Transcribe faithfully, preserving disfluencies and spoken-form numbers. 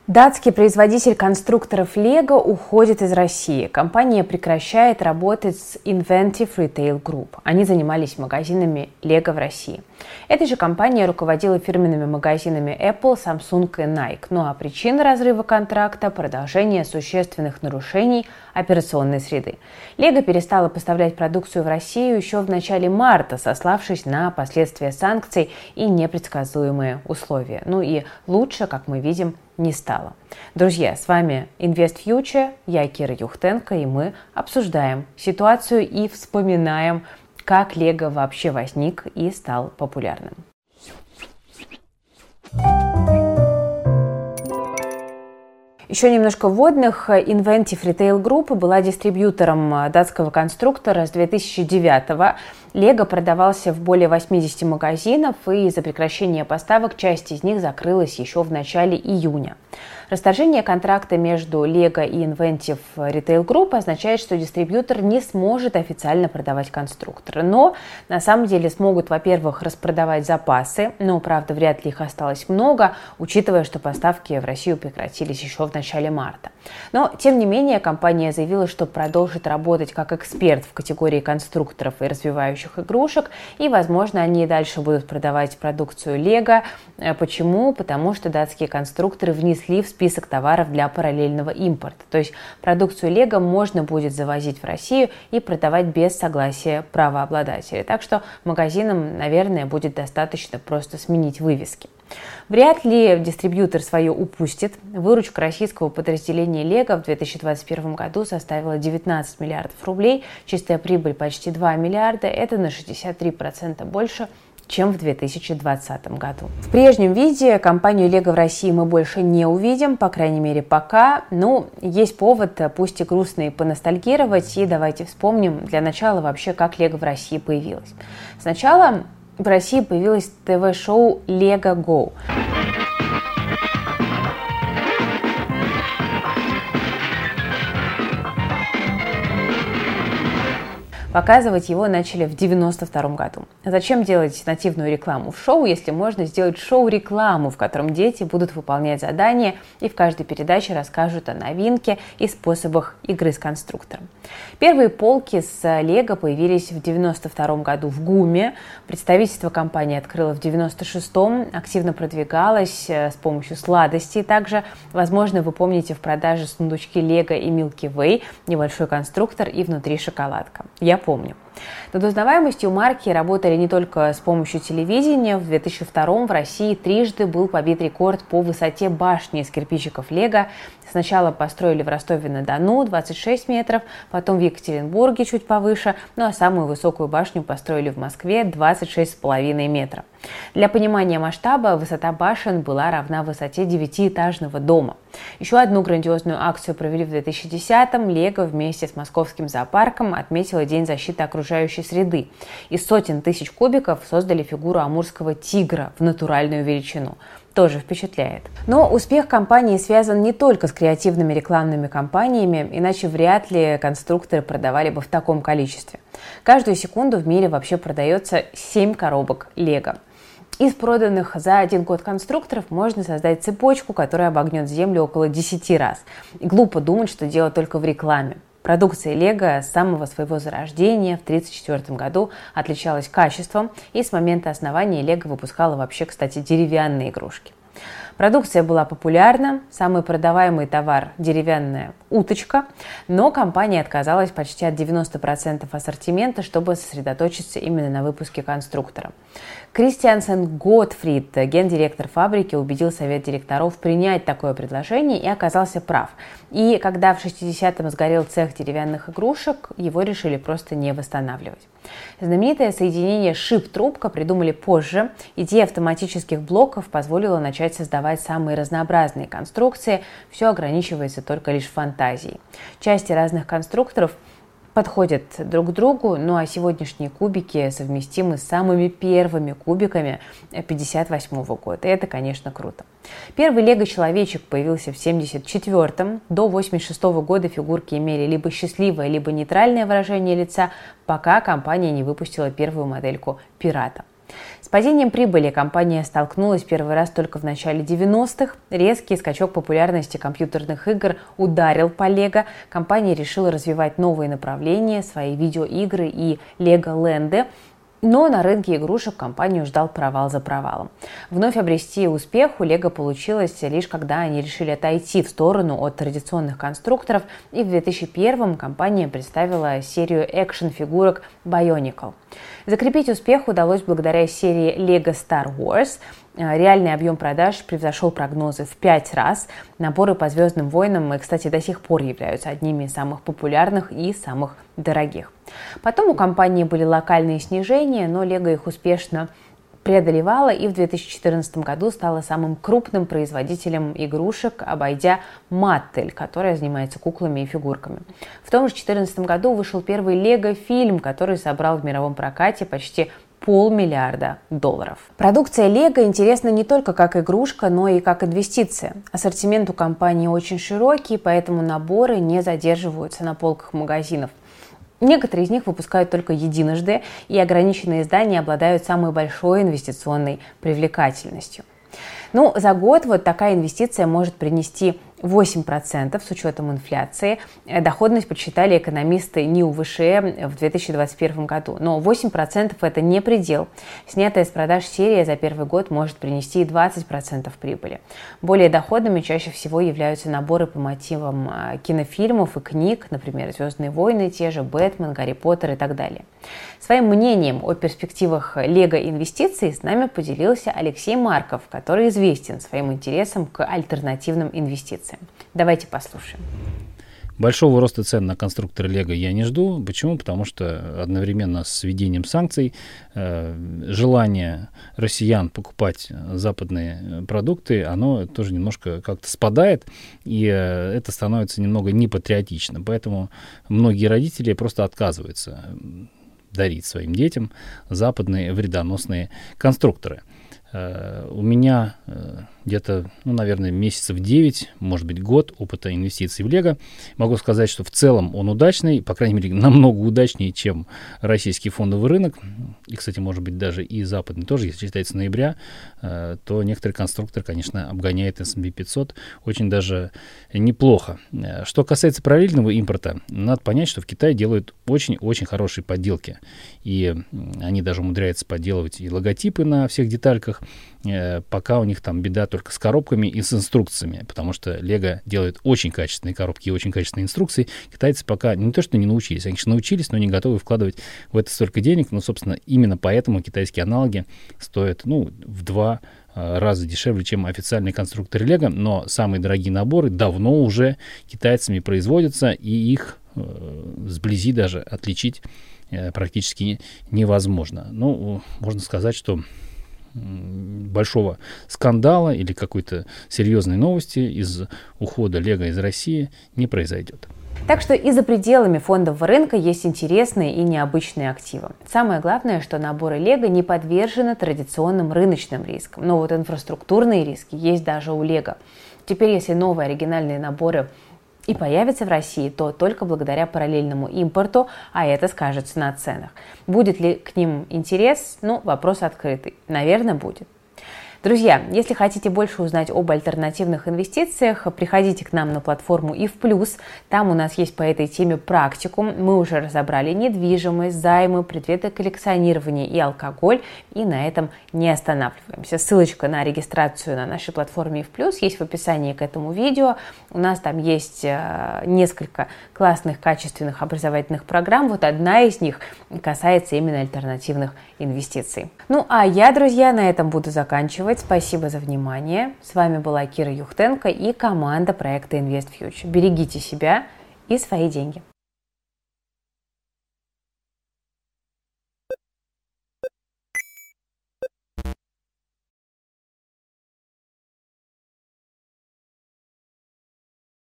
Датский производитель конструкторов Lego уходит из России. Компания прекращает работать с Inventive Retail Group. Они занимались магазинами Lego в России. Эта же компания руководила фирменными магазинами Apple, Samsung и Nike. Ну а причина разрыва контракта – продолжение существенных нарушений операционной среды. Lego перестала поставлять продукцию в Россию еще в начале марта, сославшись на последствия санкций и непредсказуемые условия. Ну и лучше, как мы видим, не стало. Друзья, с вами Invest Future, я Кира Юхтенко, и мы обсуждаем ситуацию и вспоминаем, как Lego вообще возник и стал популярным. Еще немножко вводных. Inventive Retail Group была дистрибьютором датского конструктора с две тысячи девятого. Lego продавался в более восьмидесяти магазинов, и из-за прекращения поставок часть из них закрылась еще в начале июня. Расторжение контракта между Lego и Inventive Retail Group означает, что дистрибьютор не сможет официально продавать конструкторы. Но на самом деле смогут, во-первых, распродавать запасы, но, правда, вряд ли их осталось много, учитывая, что поставки в Россию прекратились еще в начале марта. Но, тем не менее, компания заявила, что продолжит работать как эксперт в категории конструкторов и развивающих игрушек, и, возможно, они и дальше будут продавать продукцию Lego. Почему? Потому что датские конструкторы внесли в список товаров для параллельного импорта. То есть продукцию Lego можно будет завозить в Россию и продавать без согласия правообладателя. Так что магазинам, наверное, будет достаточно просто сменить вывески. Вряд ли дистрибьютор свое упустит. Выручка российского подразделения Lego в две тысячи двадцать первом году составила девятнадцать миллиардов рублей, чистая прибыль почти два миллиарда, это на шестьдесят три процента больше, чем в две тысячи двадцатом году. В прежнем виде компанию Lego в России мы больше не увидим, по крайней мере пока. Ну, есть повод, пусть и грустный, поностальгировать, и давайте вспомним для начала вообще, как Lego в России появилась. Сначала в России появилось ТВ-шоу Lego Go. Показывать его начали в девяносто втором году. Зачем делать нативную рекламу в шоу, если можно сделать шоу-рекламу, в котором дети будут выполнять задания и в каждой передаче расскажут о новинке и способах игры с конструктором. Первые полки с Lego появились в девяносто втором году в ГУМе. Представительство компании открыло в девяносто шестом, активно продвигалось с помощью сладостей. Также, возможно, вы помните в продаже сундучки Lego и Milky Way, небольшой конструктор и внутри шоколадка. Я помню. Над узнаваемостью марки работали не только с помощью телевидения. В две тысячи втором в России трижды был побит рекорд по высоте башни из кирпичиков Lego. Сначала построили в Ростове-на-Дону двадцать шесть метров, потом в Екатеринбурге чуть повыше, ну а самую высокую башню построили в Москве двадцать шесть с половиной метров. Для понимания масштаба высота башен была равна высоте девятиэтажного дома. Еще одну грандиозную акцию провели в две тысячи десятом. Lego вместе с Московским зоопарком отметила День защиты окружающей среды. Из сотен тысяч кубиков создали фигуру амурского тигра в натуральную величину. Тоже впечатляет. Но успех компании связан не только с креативными рекламными кампаниями, иначе вряд ли конструкторы продавали бы в таком количестве. Каждую секунду в мире вообще продается семь коробок Lego. Из проданных за один год конструкторов можно создать цепочку, которая обогнет Землю около десяти раз. И глупо думать, что дело только в рекламе. Продукция Lego с самого своего зарождения в тысяча девятьсот тридцать четвёртом году отличалась качеством, и с момента основания Lego выпускала вообще, кстати, деревянные игрушки. Продукция была популярна, самый продаваемый товар – деревянная уточка, но компания отказалась почти от девяноста процентов ассортимента, чтобы сосредоточиться именно на выпуске конструктора. Кристиансен Готфрид, гендиректор фабрики, убедил совет директоров принять такое предложение и оказался прав. И когда в шестидесятом сгорел цех деревянных игрушек, его решили просто не восстанавливать. Знаменитое соединение шип-трубка придумали позже. Идея автоматических блоков позволила начать создавать самые разнообразные конструкции. Все ограничивается только лишь фантазией. Части разных конструкторов подходят друг к другу, ну а сегодняшние кубики совместимы с самыми первыми кубиками пятьдесят восьмого года. И это, конечно, круто. Первый Лего-человечек появился в семьдесят четвёртом. До восемьдесят шестого года фигурки имели либо счастливое, либо нейтральное выражение лица, пока компания не выпустила первую модельку «Пирата». С С падением прибыли компания столкнулась первый раз только в начале девяностых. Резкий скачок популярности компьютерных игр ударил по Lego. Компания решила развивать новые направления, свои видеоигры и Лего-ленды. Но на рынке игрушек компанию ждал провал за провалом. Вновь обрести успех у Lego получилось лишь когда они решили отойти в сторону от традиционных конструкторов, и в две тысячи первом компания представила серию экшн-фигурок Bionicle. Закрепить успех удалось благодаря серии Lego Star Wars. Реальный объем продаж превзошел прогнозы в пять раз. Наборы по «Звездным войнам», кстати, до сих пор являются одними из самых популярных и самых дорогих. Потом у компании были локальные снижения, но Lego их успешно преодолевала и в две тысячи четырнадцатом году стала самым крупным производителем игрушек, обойдя Mattel, которая занимается куклами и фигурками. В том же две тысячи четырнадцатом году вышел первый Lego-фильм, который собрал в мировом прокате почти полмиллиарда долларов. Продукция Lego интересна не только как игрушка, но и как инвестиция. Ассортимент у компании очень широкий, поэтому наборы не задерживаются на полках магазинов. Некоторые из них выпускают только единожды, и ограниченные издания обладают самой большой инвестиционной привлекательностью. Ну, за год вот такая инвестиция может принести восемь процентов с учетом инфляции. Доходность подсчитали экономисты НИУ-ВШЭ в две тысячи двадцать первом году. Но восемь процентов это не предел. Снятая с продаж серия за первый год может принести и двадцать процентов прибыли. Более доходными чаще всего являются наборы по мотивам кинофильмов и книг, например, «Звездные войны», те же «Бэтмен», «Гарри Поттер» и так далее. Своим мнением о перспективах Lego-инвестиций с нами поделился Алексей Марков, который известен своим интересом к альтернативным инвестициям. Давайте послушаем. Большого роста цен на конструкторы Lego я не жду. Почему? Потому что одновременно с введением санкций э, желание россиян покупать западные продукты, оно тоже немножко как-то спадает, и э, это становится немного непатриотично. Поэтому многие родители просто отказываются дарить своим детям западные вредоносные конструкторы. Uh, у меня uh, где-то, ну, наверное, месяцев девять, может быть, год опыта инвестиций в Lego. Могу сказать, что в целом он удачный, по крайней мере, намного удачнее, чем российский фондовый рынок. И, кстати, может быть, даже и западный тоже, если считать с ноября, uh, то некоторые конструкторы, конечно, обгоняет эс энд пи пятьсот очень даже неплохо. Uh, что касается параллельного импорта, надо понять, что в Китае делают очень-очень хорошие подделки. И они даже умудряются подделывать и логотипы на всех детальках, пока у них там беда только с коробками и с инструкциями, потому что Lego делает очень качественные коробки и очень качественные инструкции. Китайцы пока не то что не научились, они, конечно, научились, но не готовы вкладывать в это столько денег. Но, собственно, именно поэтому китайские аналоги стоят, ну, в два раза дешевле, чем официальные конструкторы Lego. Но самые дорогие наборы давно уже китайцами производятся, и их э, сблизи даже отличить э, практически невозможно. Ну, можно сказать, что большого скандала или какой-то серьезной новости из ухода Lego из России не произойдет. Так что и за пределами фондового рынка есть интересные и необычные активы. Самое главное, что наборы Lego не подвержены традиционным рыночным рискам. Но вот инфраструктурные риски есть даже у Lego. Теперь, если новые оригинальные наборы и появится в России, то только благодаря параллельному импорту, а это скажется на ценах. Будет ли к ним интерес? Ну, вопрос открытый. Наверное, будет. Друзья, если хотите больше узнать об альтернативных инвестициях, приходите к нам на платформу и в плюс. Там у нас есть по этой теме практикум. Мы уже разобрали недвижимость, займы, предметы коллекционирования и алкоголь. И на этом не останавливаемся. Ссылочка на регистрацию на нашей платформе и в плюс есть в описании к этому видео. У нас там есть несколько классных, качественных образовательных программ. Вот одна из них касается именно альтернативных инвестиций. Ну а я, друзья, на этом буду заканчивать. Спасибо за внимание. С вами была Кира Юхтенко и команда проекта InvestFuture. Берегите себя и свои деньги.